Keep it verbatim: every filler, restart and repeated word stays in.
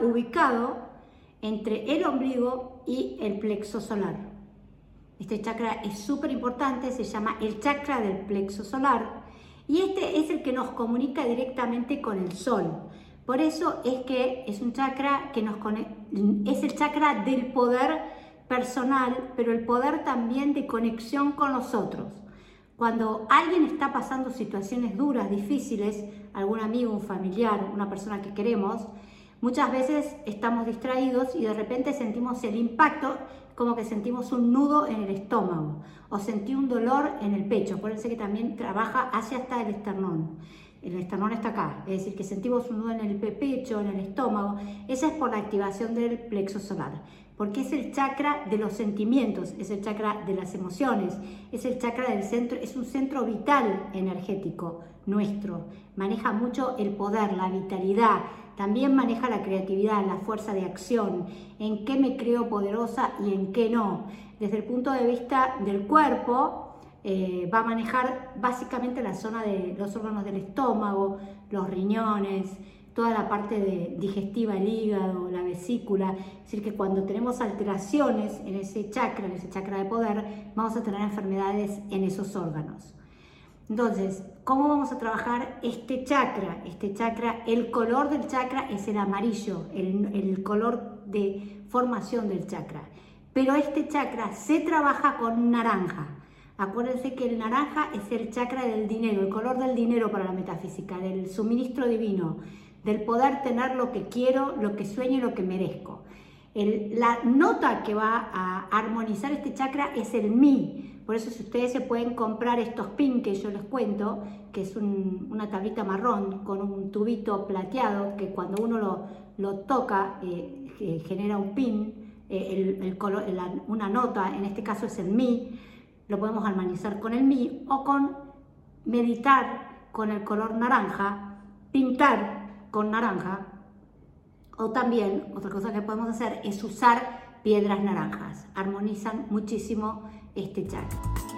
ubicado entre el ombligo y el plexo solar. Este chakra es súper importante, se llama el chakra del plexo solar y este es el que nos comunica directamente con el sol. Por eso es que es un chakra que nos conecta, es el chakra del poder personal, pero el poder también de conexión con los otros. Cuando alguien está pasando situaciones duras, difíciles, algún amigo, un familiar, una persona que queremos, muchas veces estamos distraídos y de repente sentimos el impacto, como que sentimos un nudo en el estómago o sentí un dolor en el pecho. Acuérdense que también trabaja hacia hasta el esternón. El esternón está acá, es decir, que sentimos un nudo en el pecho, en el estómago. Esa es por la activación del plexo solar, porque es el chakra de los sentimientos, es el chakra de las emociones, es el chakra del centro, es un centro vital energético nuestro. Maneja mucho el poder, la vitalidad, también maneja la creatividad, la fuerza de acción, en qué me creo poderosa y en qué no. Desde el punto de vista del cuerpo, Eh, va a manejar básicamente la zona de los órganos del estómago, los riñones, toda la parte de, digestiva, el hígado, la vesícula. Es decir, que cuando tenemos alteraciones en ese chakra, en ese chakra de poder, vamos a tener enfermedades en esos órganos. Entonces, ¿cómo vamos a trabajar este chakra? Este chakra, el color del chakra es el amarillo, el, el color de formación del chakra. Pero este chakra se trabaja con naranja. Acuérdense que el naranja es el chakra del dinero, el color del dinero para la metafísica, del suministro divino, del poder tener lo que quiero, lo que sueño y lo que merezco. El, la nota que va a armonizar este chakra es el mi. Por eso si ustedes se pueden comprar estos pin que yo les cuento, que es un, una tablita marrón con un tubito plateado, que cuando uno lo, lo toca eh, eh, genera un pin, eh, el, el color, la, una nota, en este caso es el mi. Lo podemos armonizar con el mi o con meditar con el color naranja, pintar con naranja, o también otra cosa que podemos hacer es usar piedras naranjas. Armonizan muchísimo este chakra.